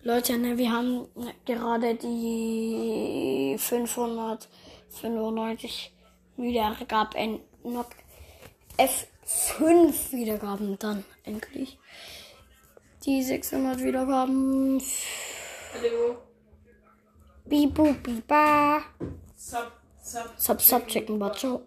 Leute, ne, wir haben gerade die 595 Wiedergaben, F5 Wiedergaben dann endlich. Die 600 Wiedergaben. Hallo. Bibu, biba. Sub. Sub, chicken, ciao.